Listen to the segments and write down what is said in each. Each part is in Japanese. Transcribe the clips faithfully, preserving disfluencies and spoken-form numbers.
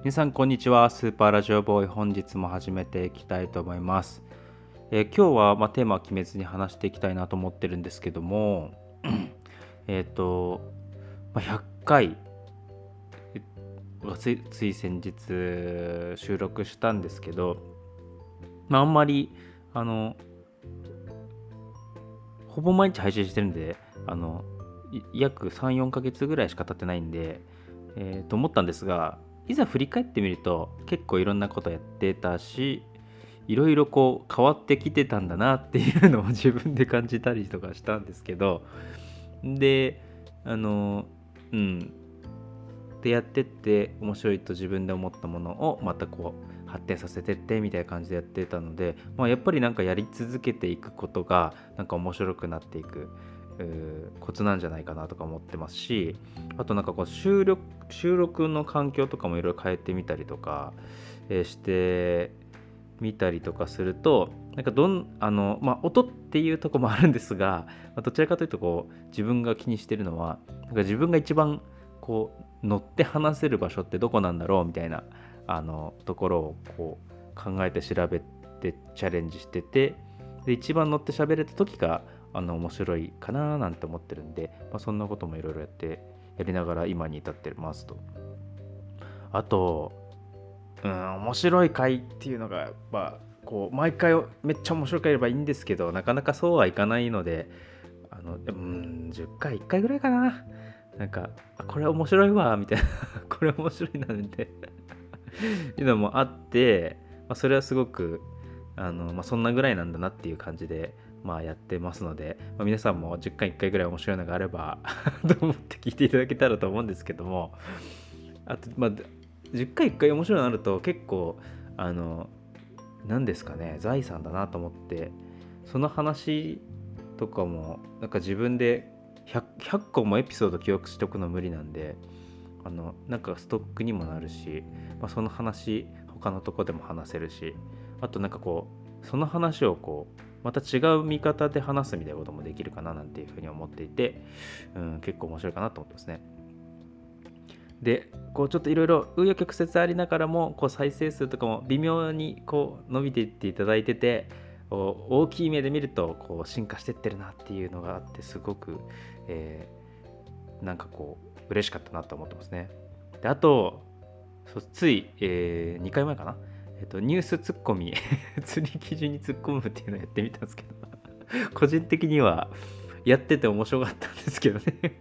皆さんこんにちは。スーパーラジオボーイ、本日も始めていきたいと思います。えー今日は、まあ、テーマは決めずに話していきたいなと思ってるんですけどもえっと、まあ、ひゃっかいつい、つい先日収録したんですけど、まあ、あんまりあのほぼ毎日配信してるんで、あのい約さん、よんかげつぐらいしか経ってないんで、えーと思ったんですが、いざ振り返ってみると結構いろんなことやってたし、いろいろこう変わってきてたんだなっていうのを自分で感じたりとかしたんですけど、であのうんでやってって面白いと自分で思ったものをまたこう発展させてってみたいな感じでやってたので、まあ、やっぱりなんかやり続けていくことがなんか面白くなっていくコツなんじゃないかなとか思ってますし、あとなんかこう収録収録の環境とかもいろいろ変えてみたりとか、えーしてみたりとかすると、なんかどんあの、まあ、音っていうところもあるんですが、まあ、どちらかというとこう自分が気にしてるのは、なんか自分が一番こう乗って話せる場所ってどこなんだろうみたいなあのところをこう考えて調べてチャレンジしてて、で一番乗って喋れた時があの面白いかななんて思ってるんで、まあ、そんなこともいろいろやってやりながら今に至ってますと。あと、うん、面白い回っていうのがやっぱこう毎回めっちゃ面白ければいいんですけど、なかなかそうはいかないので、あのうんじゅっかいいっかいぐらいかな、なんかあこれ面白いわみたいなこれ面白いなんていうのもあって、まあ、それはすごくあの、まあ、そんなぐらいなんだなっていう感じで、まあ、やってますので、まあ、皆さんもじゅっかいいっかいぐらい面白いのがあればと思って聞いていただけたらと思うんですけども、あと、まあ、じゅっかいいっかい面白いのあると結構あの何ですかね、財産だなと思って、その話とかもなんか自分で ひゃく, ひゃっこもエピソード記憶しておくの無理なんで、あのなんかストックにもなるし、まあ、その話他のとこでも話せるし、あとなんかこうその話をこうまた違う見方で話すみたいなこともできるかななんていうふうに思っていて、うん、結構面白いかなと思ってますね。でこうちょっといろいろ紆余曲折ありながらもこう再生数とかも微妙にこう伸びていっていただいてて、大きい目で見るとこう進化してってるなっていうのがあって、すごく、えーなんかこう嬉しかったなと思ってますね。であとそつい、えーにかいまえかな、えっと、ニュースツッコミ釣り記事に突っ込むっていうのをやってみたんですけど個人的にはやってて面白かったんですけどね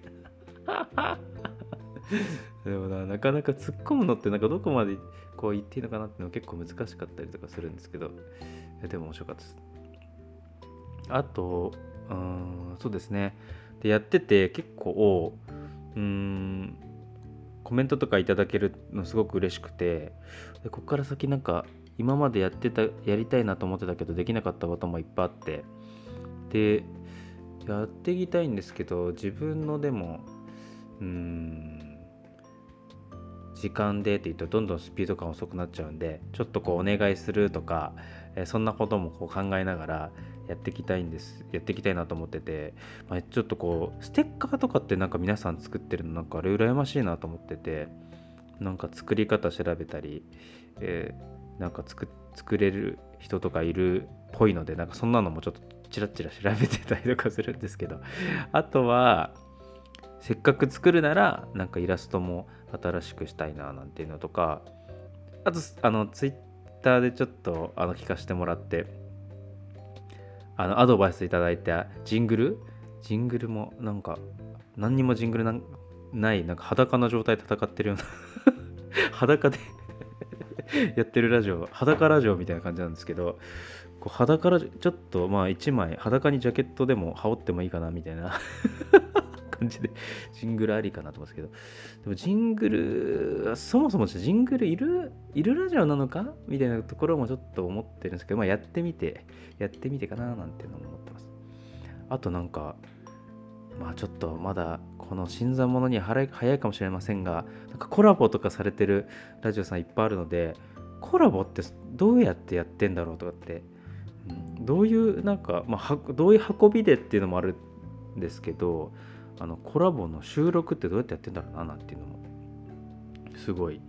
でもな、なかなか突っ込むのってなんかどこまでこう言っていいのかなっていうの結構難しかったりとかするんですけど、でも面白かったです。あと、うーん、そうですね。で、やってて結構、うーん、コメントとかいただけるのすごく嬉しくて、でここから先なんか今までやってた、やりたいなと思ってたけどできなかったこともいっぱいあって、で、やっていきたいんですけど、自分のでも、うーん、時間でって言うとどんどんスピード感遅くなっちゃうんで、ちょっとこうお願いするとか、えーそんなこともこう考えながらやっていきたいんですやっていきたいなと思ってて、まあ、ちょっとこうステッカーとかってなんか皆さん作ってるのなんかあれ羨ましいなと思ってて、なんか作り方調べたり、えーなんか作作れる人とかいるっぽいので、なんかそんなのもちょっとチラチラ調べてたりとかするんですけど、あとはせっかく作るならなんかイラストも新しくしたいななんていうのとか、あとあのツイッターでちょっとあの聞かせてもらって、あのアドバイスいただいたジングルジングルもなんか何にもジングルなんないなんか裸の状態で戦ってるような裸でやってるラジオ、裸ラジオみたいな感じなんですけど、こう裸ラジオちょっとまあいちまい裸にジャケットでも羽織ってもいいかなみたいな感じでジングルありかなと思うんですけど、でもジングルそもそもジングルいるいるラジオなのかみたいなところもちょっと思ってるんですけど、まあやってみてやってみてかななんていうのも思ってます。あとなんかまあちょっとまだこの新参者には早いかもしれませんが、なんかコラボとかされてるラジオさんいっぱいあるので、コラボってどうやってやってんだろうとかって、うん、どういうなんか、まあ、どういう運びでっていうのもあるんですけど、あのコラボの収録ってどうやってやってんだろうななんていうのもすごい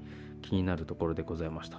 気になるところでございました。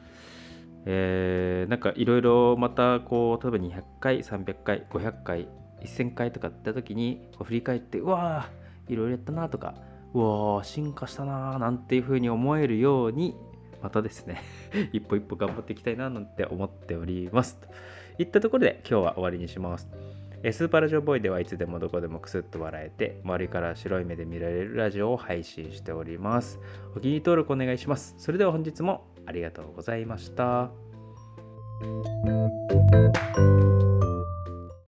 えー、なんかいろいろまたこう例えばにひゃっかいさんびゃっかいごひゃっかいせんかいとかってった時にこう振り返って、うわーいろいろやったなとか、うわー進化したななんていう風に思えるようにまたですね一歩一歩頑張っていきたいななんて思っておりますといったところで今日は終わりにします。スーパーラジオボーイではいつでもどこでもクスッと笑えて周りから白い目で見られるラジオを配信しております。お気に入り登録お願いします。それでは本日もありがとうございました。